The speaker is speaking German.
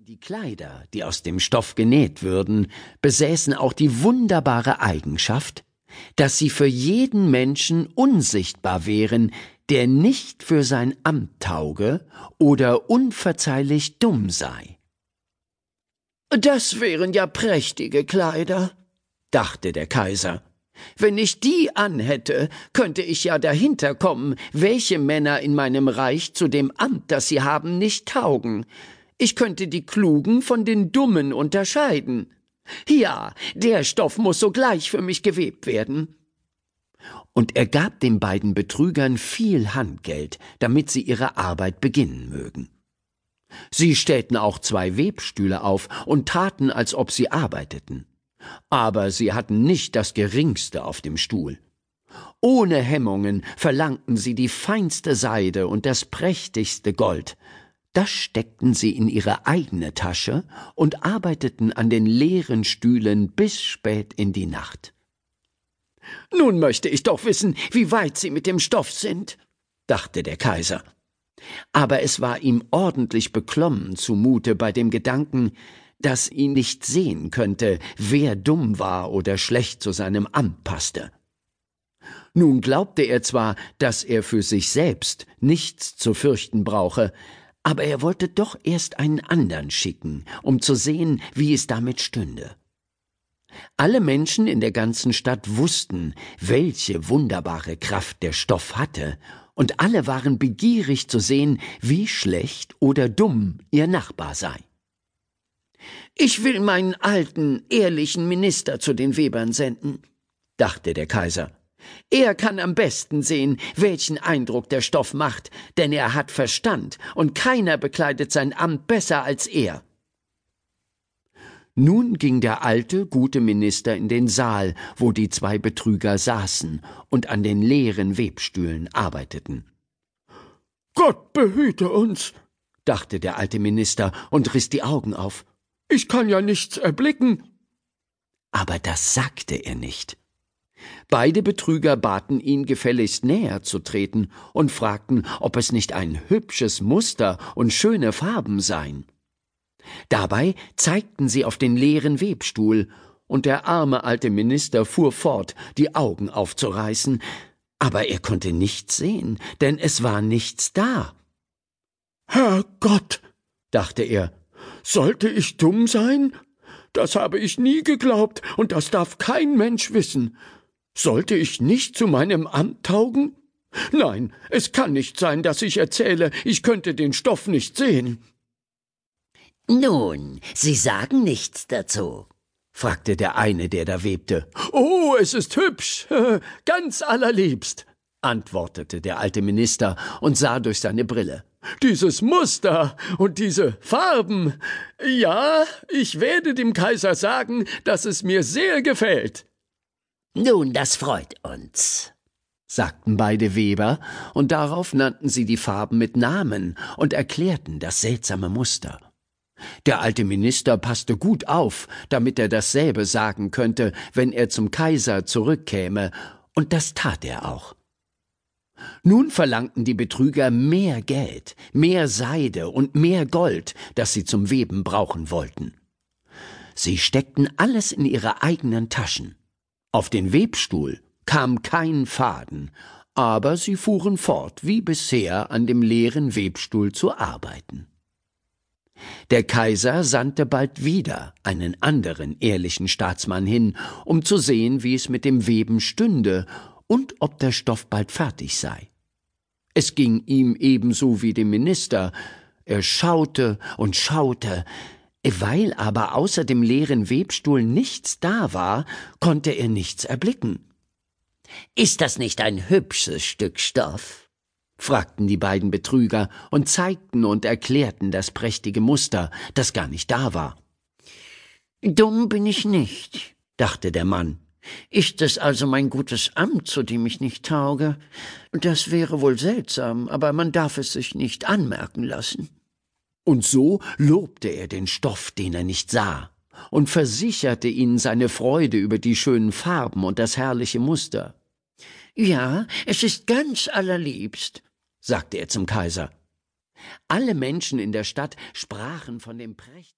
Die Kleider, die aus dem Stoff genäht würden, besäßen auch die wunderbare Eigenschaft, dass sie für jeden Menschen unsichtbar wären, der nicht für sein Amt tauge oder unverzeihlich dumm sei. »Das wären ja prächtige Kleider«, dachte der Kaiser. »Wenn ich die anhätte, könnte ich ja dahinter kommen, welche Männer in meinem Reich zu dem Amt, das sie haben, nicht taugen. Ich könnte die Klugen von den Dummen unterscheiden. Ja, der Stoff muss sogleich für mich gewebt werden.« Und er gab den beiden Betrügern viel Handgeld, damit sie ihre Arbeit beginnen mögen. Sie stellten auch 2 Webstühle auf und taten, als ob sie arbeiteten. Aber sie hatten nicht das Geringste auf dem Stuhl. Ohne Hemmungen verlangten sie die feinste Seide und das prächtigste Gold. Das steckten sie in ihre eigene Tasche und arbeiteten an den leeren Stühlen bis spät in die Nacht. »Nun möchte ich doch wissen, wie weit sie mit dem Stoff sind«, dachte der Kaiser. Aber es war ihm ordentlich beklommen zumute bei dem Gedanken, dass ihn nicht sehen könnte, wer dumm war oder schlecht zu seinem Amt passte. Nun glaubte er zwar, dass er für sich selbst nichts zu fürchten brauche, aber er wollte doch erst einen andern schicken, um zu sehen, wie es damit stünde. Alle Menschen in der ganzen Stadt wussten, welche wunderbare Kraft der Stoff hatte, und alle waren begierig zu sehen, wie schlecht oder dumm ihr Nachbar sei. »Ich will meinen alten, ehrlichen Minister zu den Webern senden«, dachte der Kaiser. »Er kann am besten sehen, welchen Eindruck der Stoff macht, denn er hat Verstand, und keiner bekleidet sein Amt besser als er.« Nun ging der alte, gute Minister in den Saal, wo die 2 Betrüger saßen und an den leeren Webstühlen arbeiteten. »Gott behüte uns«, dachte der alte Minister und riss die Augen auf. »Ich kann ja nichts erblicken.« Aber das sagte er nicht. Beide Betrüger baten ihn, gefälligst näher zu treten und fragten, ob es nicht ein hübsches Muster und schöne Farben seien. Dabei zeigten sie auf den leeren Webstuhl, und der arme alte Minister fuhr fort, die Augen aufzureißen, aber er konnte nichts sehen, denn es war nichts da. »Herrgott«, dachte er, »sollte ich dumm sein? Das habe ich nie geglaubt, und das darf kein Mensch wissen. Sollte ich nicht zu meinem Amt taugen? Nein, es kann nicht sein, dass ich erzähle, ich könnte den Stoff nicht sehen.« »Nun, Sie sagen nichts dazu?« fragte der eine, der da webte. »Oh, es ist hübsch, ganz allerliebst«, antwortete der alte Minister und sah durch seine Brille. »Dieses Muster und diese Farben, ja, ich werde dem Kaiser sagen, dass es mir sehr gefällt.« »Nun, das freut uns«, sagten beide Weber, und darauf nannten sie die Farben mit Namen und erklärten das seltsame Muster. Der alte Minister passte gut auf, damit er dasselbe sagen könnte, wenn er zum Kaiser zurückkäme, und das tat er auch. Nun verlangten die Betrüger mehr Geld, mehr Seide und mehr Gold, das sie zum Weben brauchen wollten. Sie steckten alles in ihre eigenen Taschen. Auf den Webstuhl kam kein Faden, aber sie fuhren fort, wie bisher an dem leeren Webstuhl zu arbeiten. Der Kaiser sandte bald wieder einen anderen ehrlichen Staatsmann hin, um zu sehen, wie es mit dem Weben stünde und ob der Stoff bald fertig sei. Es ging ihm ebenso wie dem Minister. Er schaute und schaute. Weil aber außer dem leeren Webstuhl nichts da war, konnte er nichts erblicken. »Ist das nicht ein hübsches Stück Stoff?« fragten die beiden Betrüger und zeigten und erklärten das prächtige Muster, das gar nicht da war. »Dumm bin ich nicht«, dachte der Mann. »Ist es also mein gutes Amt, zu dem ich nicht tauge? Das wäre wohl seltsam, aber man darf es sich nicht anmerken lassen.« Und so lobte er den Stoff, den er nicht sah, und versicherte ihnen seine Freude über die schönen Farben und das herrliche Muster. »Ja, es ist ganz allerliebst«, sagte er zum Kaiser. Alle Menschen in der Stadt sprachen von dem prächtigen